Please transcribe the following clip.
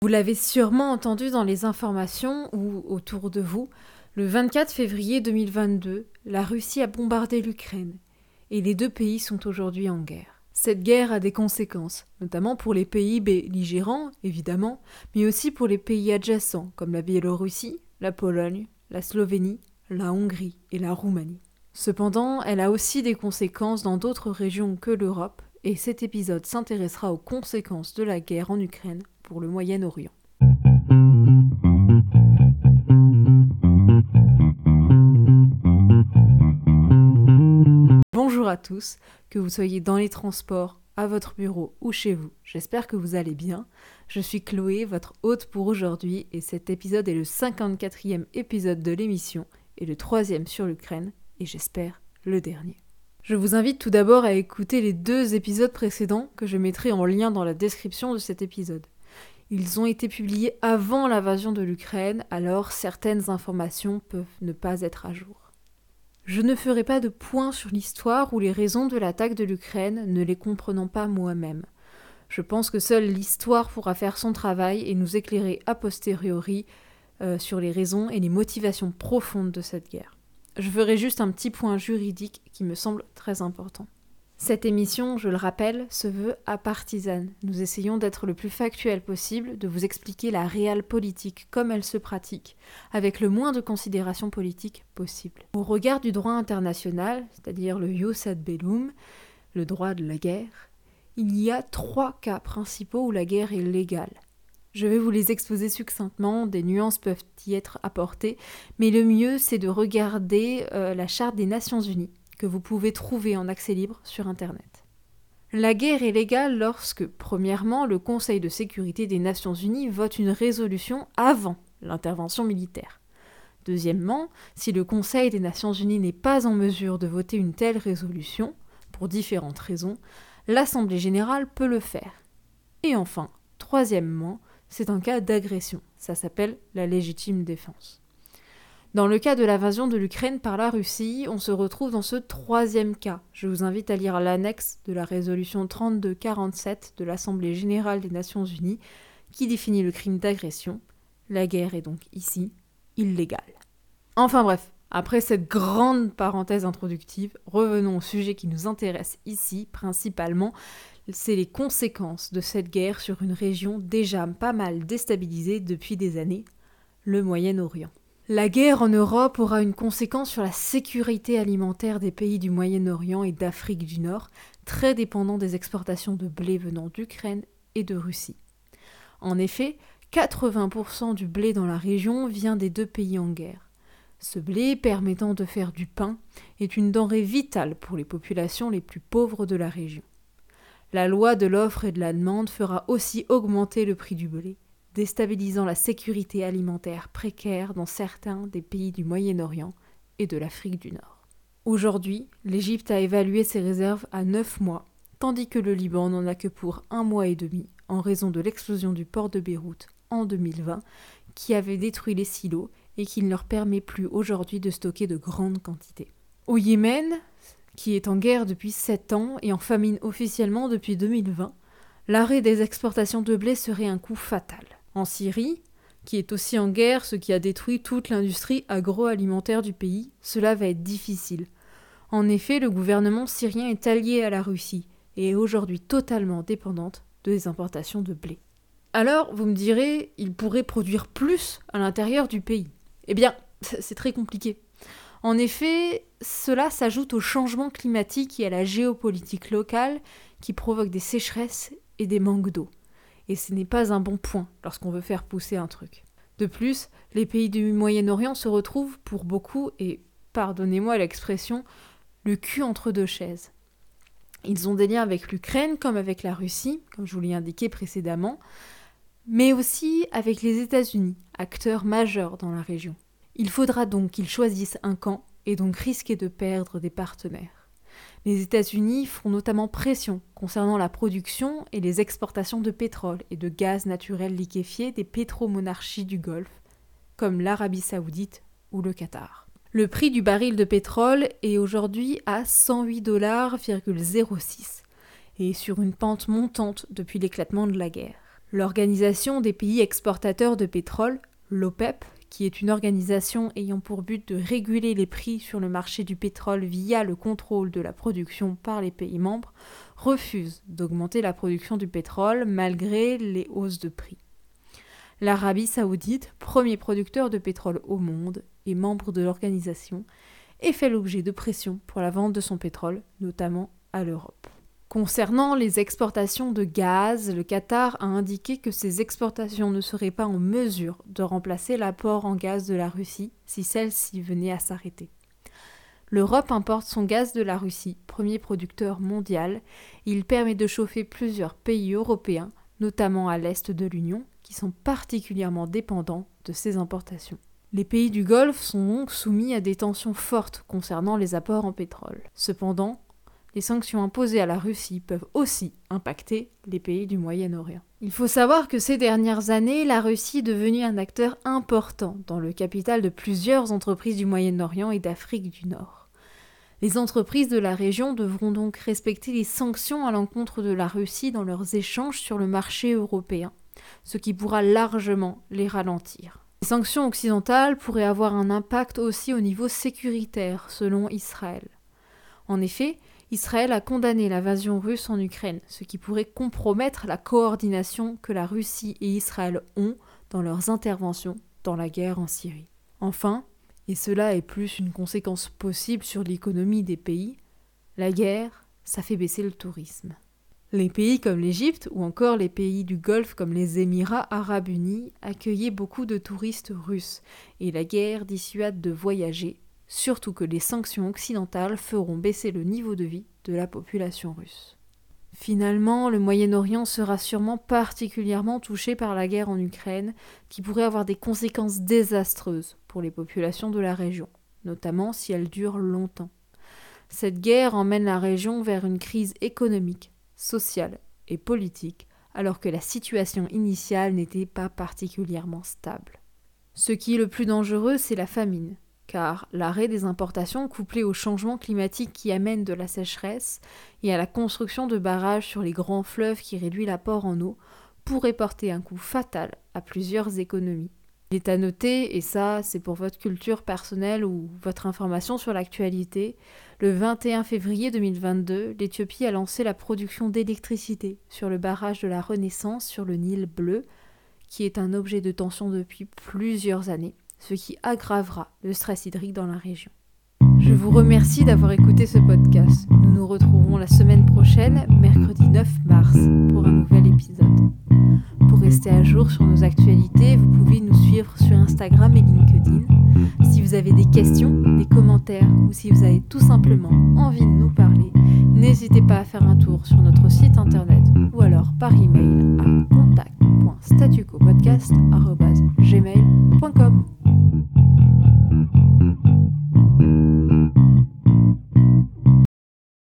Vous l'avez sûrement entendu dans les informations ou autour de vous, le 24 février 2022, la Russie a bombardé l'Ukraine et les deux pays sont aujourd'hui en guerre. Cette guerre a des conséquences, notamment pour les pays belligérants, évidemment, mais aussi pour les pays adjacents comme la Biélorussie, la Pologne, la Slovénie, la Hongrie et la Roumanie. Cependant, elle a aussi des conséquences dans d'autres régions que l'Europe, et cet épisode s'intéressera aux conséquences de la guerre en Ukraine pour le Moyen-Orient. Bonjour à tous, que vous soyez dans les transports, à votre bureau ou chez vous, j'espère que vous allez bien. Je suis Chloé, votre hôte pour aujourd'hui, et cet épisode est le 54e épisode de l'émission et le 3e sur l'Ukraine, et j'espère le dernier. Je vous invite tout d'abord à écouter les 2 épisodes précédents que je mettrai en lien dans la description de cet épisode. Ils ont été publiés avant l'invasion de l'Ukraine, alors certaines informations peuvent ne pas être à jour. Je ne ferai pas de point sur l'histoire ou les raisons de l'attaque de l'Ukraine, ne les comprenant pas moi-même. Je pense que seule l'histoire pourra faire son travail et nous éclairer a posteriori sur les raisons et les motivations profondes de cette guerre. Je ferai juste un petit point juridique qui me semble très important. Cette émission, je le rappelle, se veut apartisane. Nous essayons d'être le plus factuel possible, de vous expliquer la réelle politique comme elle se pratique, avec le moins de considérations politiques possible. Au regard du droit international, c'est-à-dire le jus ad bellum, le droit de la guerre, il y a 3 cas principaux où la guerre est légale. Je vais vous les exposer succinctement, des nuances peuvent y être apportées, mais le mieux c'est de regarder la Charte des Nations Unies, que vous pouvez trouver en accès libre sur Internet. La guerre est légale lorsque, premièrement, le Conseil de sécurité des Nations Unies vote une résolution avant l'intervention militaire. Deuxièmement, si le Conseil des Nations Unies n'est pas en mesure de voter une telle résolution, pour différentes raisons, l'Assemblée générale peut le faire. Et enfin, troisièmement, c'est un cas d'agression, ça s'appelle la légitime défense. Dans le cas de l'invasion de l'Ukraine par la Russie, on se retrouve dans ce 3e cas. Je vous invite à lire l'annexe de la résolution 3247 de l'Assemblée générale des Nations Unies qui définit le crime d'agression. La guerre est donc ici illégale. Enfin bref, après cette grande parenthèse introductive, revenons au sujet qui nous intéresse ici principalement, c'est les conséquences de cette guerre sur une région déjà pas mal déstabilisée depuis des années, le Moyen-Orient. La guerre en Europe aura une conséquence sur la sécurité alimentaire des pays du Moyen-Orient et d'Afrique du Nord, très dépendants des exportations de blé venant d'Ukraine et de Russie. En effet, 80% du blé dans la région vient des 2 pays en guerre. Ce blé, permettant de faire du pain, est une denrée vitale pour les populations les plus pauvres de la région. La loi de l'offre et de la demande fera aussi augmenter le prix du blé, déstabilisant la sécurité alimentaire précaire dans certains des pays du Moyen-Orient et de l'Afrique du Nord. Aujourd'hui, l'Égypte a évalué ses réserves à 9 mois, tandis que le Liban n'en a que pour 1 mois et demi, en raison de l'explosion du port de Beyrouth en 2020, qui avait détruit les silos et qui ne leur permet plus aujourd'hui de stocker de grandes quantités. Au Yémen, qui est en guerre depuis 7 ans et en famine officiellement depuis 2020, l'arrêt des exportations de blé serait un coup fatal. En Syrie, qui est aussi en guerre, ce qui a détruit toute l'industrie agroalimentaire du pays, cela va être difficile. En effet, le gouvernement syrien est allié à la Russie et est aujourd'hui totalement dépendante des importations de blé. Alors, vous me direz, il pourrait produire plus à l'intérieur du pays. Eh bien, c'est très compliqué. En effet, cela s'ajoute au changement climatique et à la géopolitique locale qui provoque des sécheresses et des manques d'eau. Et ce n'est pas un bon point lorsqu'on veut faire pousser un truc. De plus, les pays du Moyen-Orient se retrouvent pour beaucoup, et pardonnez-moi l'expression, le cul entre 2 chaises. Ils ont des liens avec l'Ukraine comme avec la Russie, comme je vous l'ai indiqué précédemment, mais aussi avec les États-Unis, acteurs majeurs dans la région. Il faudra donc qu'ils choisissent un camp et donc risquer de perdre des partenaires. Les États-Unis font notamment pression concernant la production et les exportations de pétrole et de gaz naturel liquéfié des pétromonarchies du Golfe, comme l'Arabie Saoudite ou le Qatar. Le prix du baril de pétrole est aujourd'hui à 108,06 $ et est sur une pente montante depuis l'éclatement de la guerre. L'Organisation des pays exportateurs de pétrole, l'OPEP, qui est une organisation ayant pour but de réguler les prix sur le marché du pétrole via le contrôle de la production par les pays membres, refuse d'augmenter la production du pétrole malgré les hausses de prix. L'Arabie saoudite, premier producteur de pétrole au monde et membre de l'organisation, et fait l'objet de pression pour la vente de son pétrole, notamment à l'Europe. Concernant les exportations de gaz, le Qatar a indiqué que ces exportations ne seraient pas en mesure de remplacer l'apport en gaz de la Russie si celle-ci venait à s'arrêter. L'Europe importe son gaz de la Russie, premier producteur mondial, et il permet de chauffer plusieurs pays européens, notamment à l'est de l'Union, qui sont particulièrement dépendants de ces importations. Les pays du Golfe sont donc soumis à des tensions fortes concernant les apports en pétrole. Cependant, les sanctions imposées à la Russie peuvent aussi impacter les pays du Moyen-Orient. Il faut savoir que ces dernières années, la Russie est devenue un acteur important dans le capital de plusieurs entreprises du Moyen-Orient et d'Afrique du Nord. Les entreprises de la région devront donc respecter les sanctions à l'encontre de la Russie dans leurs échanges sur le marché européen, ce qui pourra largement les ralentir. Les sanctions occidentales pourraient avoir un impact aussi au niveau sécuritaire, selon Israël. En effet, Israël a condamné l'invasion russe en Ukraine, ce qui pourrait compromettre la coordination que la Russie et Israël ont dans leurs interventions dans la guerre en Syrie. Enfin, et cela est plus une conséquence possible sur l'économie des pays, la guerre, ça fait baisser le tourisme. Les pays comme l'Égypte ou encore les pays du Golfe comme les Émirats arabes unis accueillaient beaucoup de touristes russes et la guerre dissuade de voyager, surtout que les sanctions occidentales feront baisser le niveau de vie de la population russe. Finalement, le Moyen-Orient sera sûrement particulièrement touché par la guerre en Ukraine qui pourrait avoir des conséquences désastreuses pour les populations de la région, notamment si elle dure longtemps. Cette guerre emmène la région vers une crise économique, sociale et politique, alors que la situation initiale n'était pas particulièrement stable. Ce qui est le plus dangereux, c'est la famine, car l'arrêt des importations couplé au changement climatique qui amène de la sécheresse et à la construction de barrages sur les grands fleuves qui réduit l'apport en eau pourrait porter un coup fatal à plusieurs économies. Il est à noter, et ça c'est pour votre culture personnelle ou votre information sur l'actualité, le 21 février 2022, l'Éthiopie a lancé la production d'électricité sur le barrage de la Renaissance sur le Nil bleu, qui est un objet de tension depuis plusieurs années, ce qui aggravera le stress hydrique dans la région. Je vous remercie d'avoir écouté ce podcast. Nous nous retrouverons la semaine prochaine, mercredi 9 mars, pour un nouvel épisode. Pour rester à jour sur nos actualités, vous pouvez nous suivre sur Instagram et LinkedIn. Si vous avez des questions, des commentaires ou si vous avez tout simplement envie de nous parler, n'hésitez pas à faire un tour sur notre site internet ou alors par email